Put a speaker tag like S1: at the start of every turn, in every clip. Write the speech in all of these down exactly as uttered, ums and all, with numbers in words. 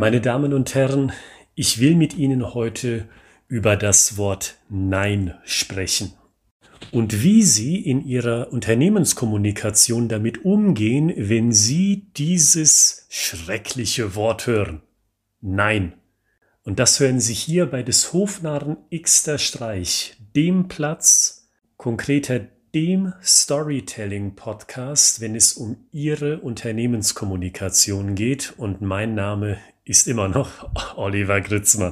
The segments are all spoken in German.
S1: Meine Damen und Herren, ich will mit Ihnen heute über das Wort Nein sprechen und wie Sie in Ihrer Unternehmenskommunikation damit umgehen, wenn Sie dieses schreckliche Wort hören. Nein. Und das hören Sie hier bei des Hofnarren Xter Streich, dem Platz, konkreter dem Storytelling-Podcast, wenn es um Ihre Unternehmenskommunikation geht. Und mein Name ist immer noch Oliver Gritzmann.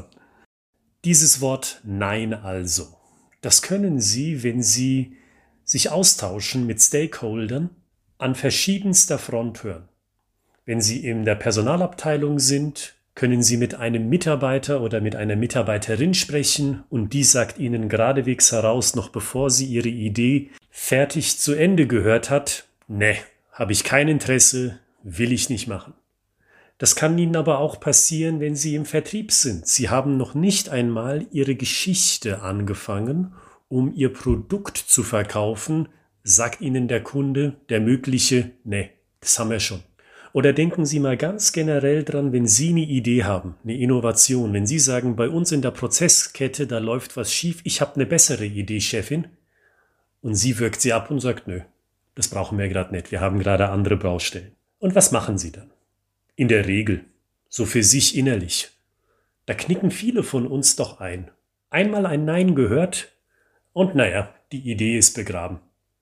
S1: Dieses Wort Nein also, das können Sie, wenn Sie sich austauschen mit Stakeholdern, an verschiedenster Front hören. Wenn Sie in der Personalabteilung sind, können Sie mit einem Mitarbeiter oder mit einer Mitarbeiterin sprechen und die sagt Ihnen geradewegs heraus, noch bevor sie Ihre Idee fertig zu Ende gehört hat, ne, habe ich kein Interesse, will ich nicht machen. Das kann Ihnen aber auch passieren, wenn Sie im Vertrieb sind. Sie haben noch nicht einmal Ihre Geschichte angefangen, um Ihr Produkt zu verkaufen, sagt Ihnen der Kunde, der mögliche, ne, das haben wir schon. Oder denken Sie mal ganz generell dran, wenn Sie eine Idee haben, eine Innovation, wenn Sie sagen, bei uns in der Prozesskette, da läuft was schief, ich habe eine bessere Idee, Chefin, und sie wirkt Sie ab und sagt, nö, das brauchen wir gerade nicht, wir haben gerade andere Baustellen. Und was machen Sie dann? In der Regel, so für sich innerlich. Da knicken viele von uns doch ein. Einmal ein Nein gehört und naja, die Idee ist begraben.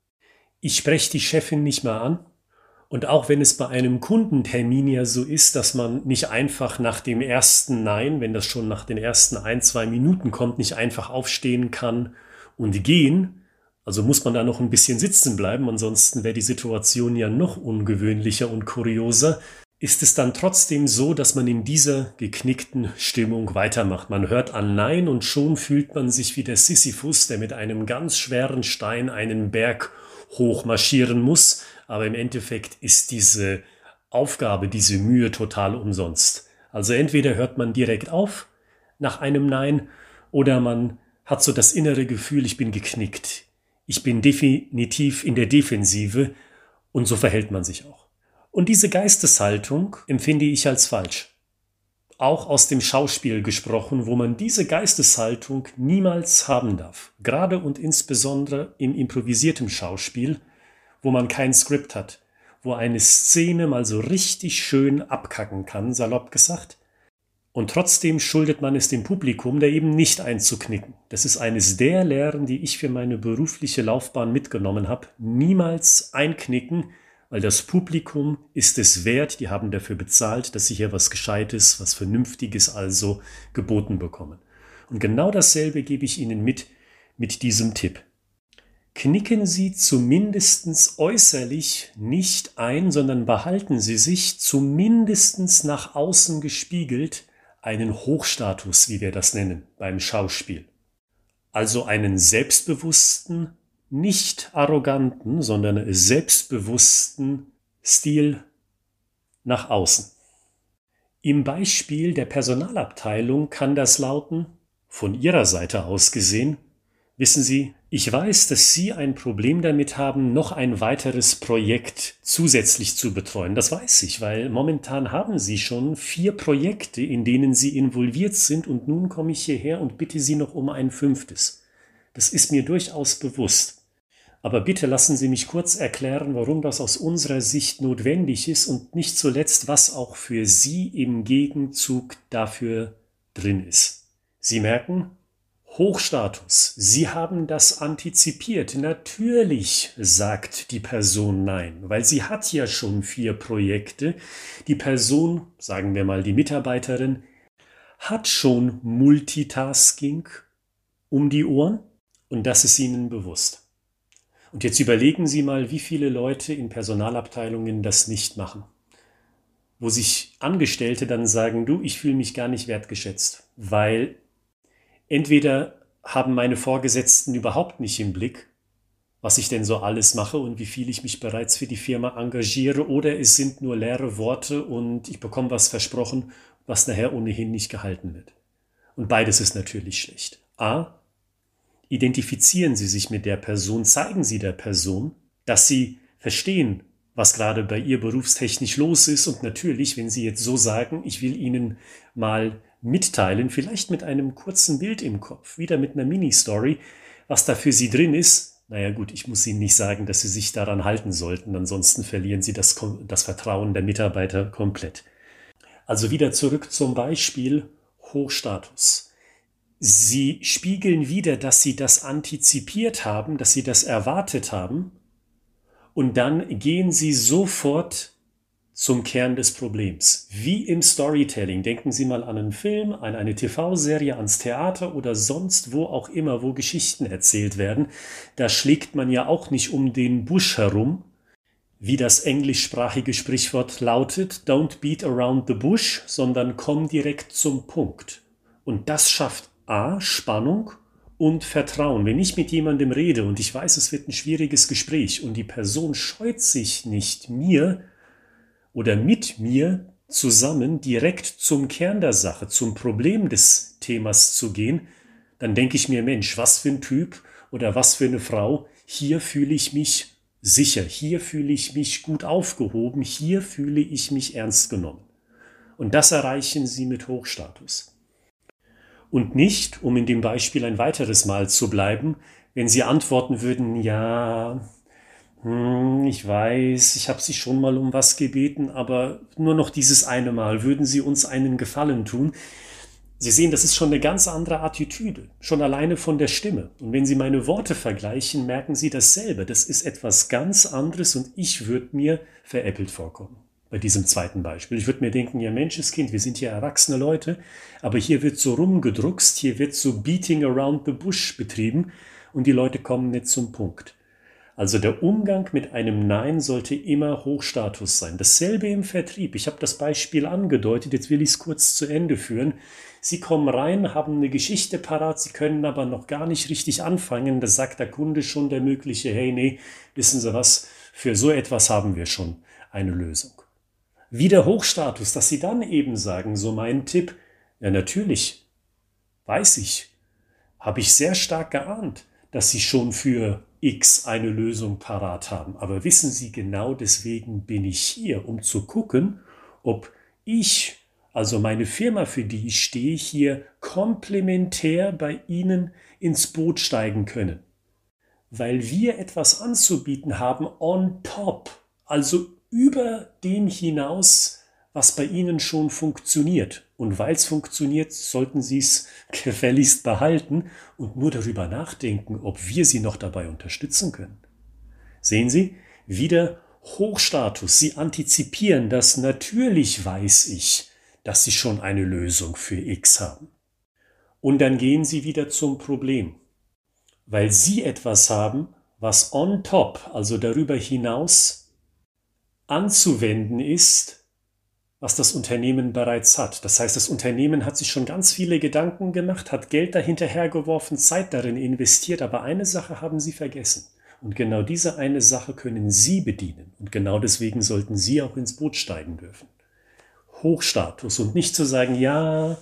S1: Ich spreche die Chefin nicht mehr an. Und auch wenn es bei einem Kundentermin ja so ist, dass man nicht einfach nach dem ersten Nein, wenn das schon nach den ersten ein, zwei Minuten kommt, nicht einfach aufstehen kann und gehen, also muss man da noch ein bisschen sitzen bleiben, ansonsten wäre die Situation ja noch ungewöhnlicher und kurioser, ist es dann trotzdem so, dass man in dieser geknickten Stimmung weitermacht. Man hört an Nein und schon fühlt man sich wie der Sisyphus, der mit einem ganz schweren Stein einen Berg hochmarschieren muss, aber im Endeffekt ist diese Aufgabe, diese Mühe total umsonst. Also entweder hört man direkt auf nach einem Nein oder man hat so das innere Gefühl, ich bin geknickt. Ich bin definitiv in der Defensive und so verhält man sich auch. Und diese Geisteshaltung empfinde ich als falsch. Auch aus dem Schauspiel gesprochen, wo man diese Geisteshaltung niemals haben darf. Gerade und insbesondere im improvisierten Schauspiel, wo man kein Skript hat, wo eine Szene mal so richtig schön abkacken kann, salopp gesagt. Und trotzdem schuldet man es dem Publikum, da eben nicht einzuknicken. Das ist eines der Lehren, die ich für meine berufliche Laufbahn mitgenommen habe. Niemals einknicken, weil das Publikum ist es wert, die haben dafür bezahlt, dass sie hier was Gescheites, was Vernünftiges also geboten bekommen. Und genau dasselbe gebe ich Ihnen mit, mit diesem Tipp. Knicken Sie zumindest äußerlich nicht ein, sondern behalten Sie sich zumindest nach außen gespiegelt einen Hochstatus, wie wir das nennen, beim Schauspiel. Also einen selbstbewussten, nicht arroganten, sondern selbstbewussten Stil nach außen. Im Beispiel der Personalabteilung kann das lauten, von Ihrer Seite aus gesehen, wissen Sie, ich weiß, dass Sie ein Problem damit haben, noch ein weiteres Projekt zusätzlich zu betreuen. Das weiß ich, weil momentan haben Sie schon vier Projekte, in denen Sie involviert sind und nun komme ich hierher und bitte Sie noch um ein fünftes. Das ist mir durchaus bewusst. Aber bitte lassen Sie mich kurz erklären, warum das aus unserer Sicht notwendig ist und nicht zuletzt, was auch für Sie im Gegenzug dafür drin ist. Sie merken, Hochstatus, Sie haben das antizipiert. Natürlich sagt die Person Nein, weil sie hat ja schon vier Projekte. Die Person, sagen wir mal die Mitarbeiterin, hat schon Multitasking um die Ohren und das ist Ihnen bewusst. Und jetzt überlegen Sie mal, wie viele Leute in Personalabteilungen das nicht machen. Wo sich Angestellte dann sagen, du, ich fühle mich gar nicht wertgeschätzt, weil entweder haben meine Vorgesetzten überhaupt nicht im Blick, was ich denn so alles mache und wie viel ich mich bereits für die Firma engagiere, oder es sind nur leere Worte und ich bekomme was versprochen, was nachher ohnehin nicht gehalten wird. Und beides ist natürlich schlecht. A, identifizieren Sie sich mit der Person, zeigen Sie der Person, dass Sie verstehen, was gerade bei ihr berufstechnisch los ist. Und natürlich, wenn Sie jetzt so sagen, ich will Ihnen mal mitteilen, vielleicht mit einem kurzen Bild im Kopf, wieder mit einer Mini-Story, was da für Sie drin ist. Naja gut, ich muss Ihnen nicht sagen, dass Sie sich daran halten sollten, ansonsten verlieren Sie das, das Vertrauen der Mitarbeiter komplett. Also wieder zurück zum Beispiel Hochstatus. Sie spiegeln wider, dass Sie das antizipiert haben, dass Sie das erwartet haben, und dann gehen Sie sofort zum Kern des Problems. Wie im Storytelling. Denken Sie mal an einen Film, an eine T V-Serie, ans Theater oder sonst wo auch immer, wo Geschichten erzählt werden. Da schlägt man ja auch nicht um den Busch herum, wie das englischsprachige Sprichwort lautet, don't beat around the bush, sondern komm direkt zum Punkt. Und das schafft A, Spannung und Vertrauen. Wenn ich mit jemandem rede und ich weiß, es wird ein schwieriges Gespräch und die Person scheut sich nicht, mir oder mit mir zusammen direkt zum Kern der Sache, zum Problem des Themas zu gehen, dann denke ich mir, Mensch, was für ein Typ oder was für eine Frau, hier fühle ich mich sicher, hier fühle ich mich gut aufgehoben, hier fühle ich mich ernst genommen. Und das erreichen Sie mit Hochstatus. Und nicht, um in dem Beispiel ein weiteres Mal zu bleiben, wenn Sie antworten würden, ja, hm, ich weiß, ich habe Sie schon mal um was gebeten, aber nur noch dieses eine Mal, würden Sie uns einen Gefallen tun? Sie sehen, das ist schon eine ganz andere Attitüde, schon alleine von der Stimme. Und wenn Sie meine Worte vergleichen, merken Sie dasselbe. Das ist etwas ganz anderes und ich würde mir veräppelt vorkommen. Bei diesem zweiten Beispiel. Ich würde mir denken, ja Menschenskind, wir sind ja erwachsene Leute, aber hier wird so rumgedruckst, hier wird so beating around the bush betrieben und die Leute kommen nicht zum Punkt. Also der Umgang mit einem Nein sollte immer Hochstatus sein. Dasselbe im Vertrieb. Ich habe das Beispiel angedeutet, jetzt will ich es kurz zu Ende führen. Sie kommen rein, haben eine Geschichte parat, Sie können aber noch gar nicht richtig anfangen. Da sagt der Kunde schon, der mögliche, hey, nee, wissen Sie was, für so etwas haben wir schon eine Lösung. Wieder Hochstatus, dass Sie dann eben sagen, so mein Tipp, ja natürlich, weiß ich, habe ich sehr stark geahnt, dass Sie schon für X eine Lösung parat haben. Aber wissen Sie, genau deswegen bin ich hier, um zu gucken, ob ich, also meine Firma, für die ich stehe, hier komplementär bei Ihnen ins Boot steigen können. Weil wir etwas anzubieten haben on top, also über dem hinaus, was bei Ihnen schon funktioniert. Und weil es funktioniert, sollten Sie es gefälligst behalten und nur darüber nachdenken, ob wir Sie noch dabei unterstützen können. Sehen Sie, wieder Hochstatus. Sie antizipieren das. Natürlich weiß ich, dass Sie schon eine Lösung für X haben. Und dann gehen Sie wieder zum Problem. Weil Sie etwas haben, was on top, also darüber hinaus, anzuwenden ist, was das Unternehmen bereits hat. Das heißt, das Unternehmen hat sich schon ganz viele Gedanken gemacht, hat Geld dahinter hergeworfen, Zeit darin investiert, aber eine Sache haben Sie vergessen. Und genau diese eine Sache können Sie bedienen. Und genau deswegen sollten Sie auch ins Boot steigen dürfen. Hochstatus und nicht zu sagen, ja,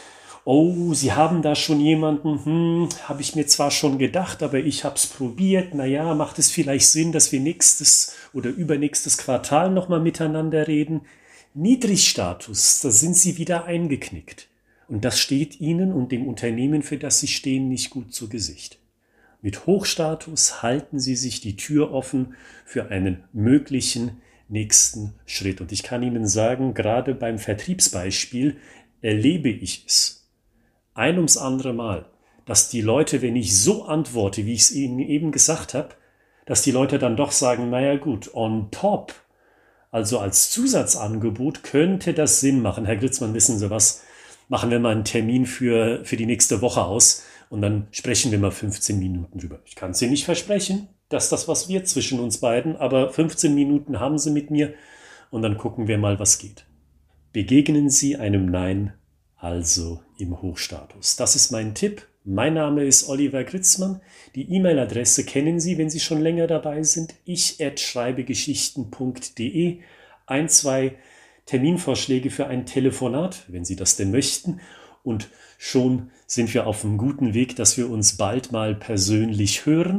S1: oh, Sie haben da schon jemanden, hm, habe ich mir zwar schon gedacht, aber ich habe es probiert. Naja, macht es vielleicht Sinn, dass wir nächstes oder übernächstes Quartal nochmal miteinander reden? Niedrigstatus, da sind Sie wieder eingeknickt. Und das steht Ihnen und dem Unternehmen, für das Sie stehen, nicht gut zu Gesicht. Mit Hochstatus halten Sie sich die Tür offen für einen möglichen nächsten Schritt. Und ich kann Ihnen sagen, gerade beim Vertriebsbeispiel erlebe ich es ein ums andere Mal, dass die Leute, wenn ich so antworte, wie ich es Ihnen eben gesagt habe, dass die Leute dann doch sagen, naja gut, on top, also als Zusatzangebot könnte das Sinn machen. Herr Gritzmann, wissen Sie was, machen wir mal einen Termin für, für die nächste Woche aus und dann sprechen wir mal fünfzehn Minuten drüber. Ich kann es Ihnen nicht versprechen, dass das was wird zwischen uns beiden, aber fünfzehn Minuten haben Sie mit mir und dann gucken wir mal, was geht. Begegnen Sie einem Nein also im Hochstatus. Das ist mein Tipp. Mein Name ist Oliver Gritzmann. Die E-Mail-Adresse kennen Sie, wenn Sie schon länger dabei sind. ich at schreibegeschichten punkt de. Ein, zwei Terminvorschläge für ein Telefonat, wenn Sie das denn möchten. Und schon sind wir auf einem guten Weg, dass wir uns bald mal persönlich hören.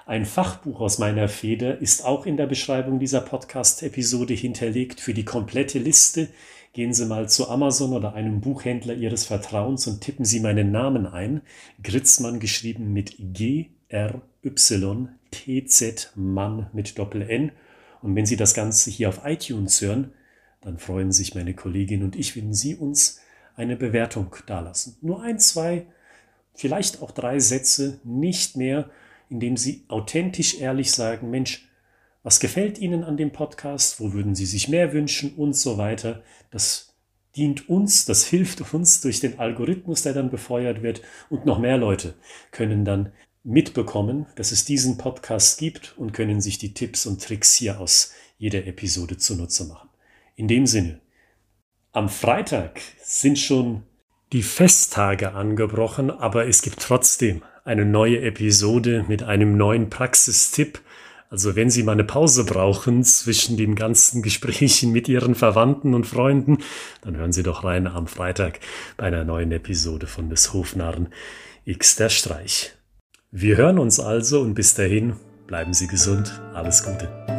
S1: Ein Fachbuch aus meiner Feder ist auch in der Beschreibung dieser Podcast-Episode hinterlegt. Für die komplette Liste gehen Sie mal zu Amazon oder einem Buchhändler Ihres Vertrauens und tippen Sie meinen Namen ein. Gritzmann geschrieben mit G R Y T Z Mann mit Doppel-N. Und wenn Sie das Ganze hier auf iTunes hören, dann freuen sich meine Kollegin und ich, wenn Sie uns eine Bewertung dalassen. Nur ein, zwei, vielleicht auch drei Sätze, nicht mehr, indem Sie authentisch ehrlich sagen, Mensch, was gefällt Ihnen an dem Podcast, wo würden Sie sich mehr wünschen und so weiter. Das dient uns, das hilft uns durch den Algorithmus, der dann befeuert wird, und noch mehr Leute können dann mitbekommen, dass es diesen Podcast gibt und können sich die Tipps und Tricks hier aus jeder Episode zunutze machen. In dem Sinne, am Freitag sind schon die Festtage angebrochen, aber es gibt trotzdem eine neue Episode mit einem neuen Praxistipp. Also wenn Sie mal eine Pause brauchen zwischen den ganzen Gesprächen mit Ihren Verwandten und Freunden, dann hören Sie doch rein am Freitag bei einer neuen Episode von des Hofnarren X der Streich. Wir hören uns also und bis dahin bleiben Sie gesund. Alles Gute.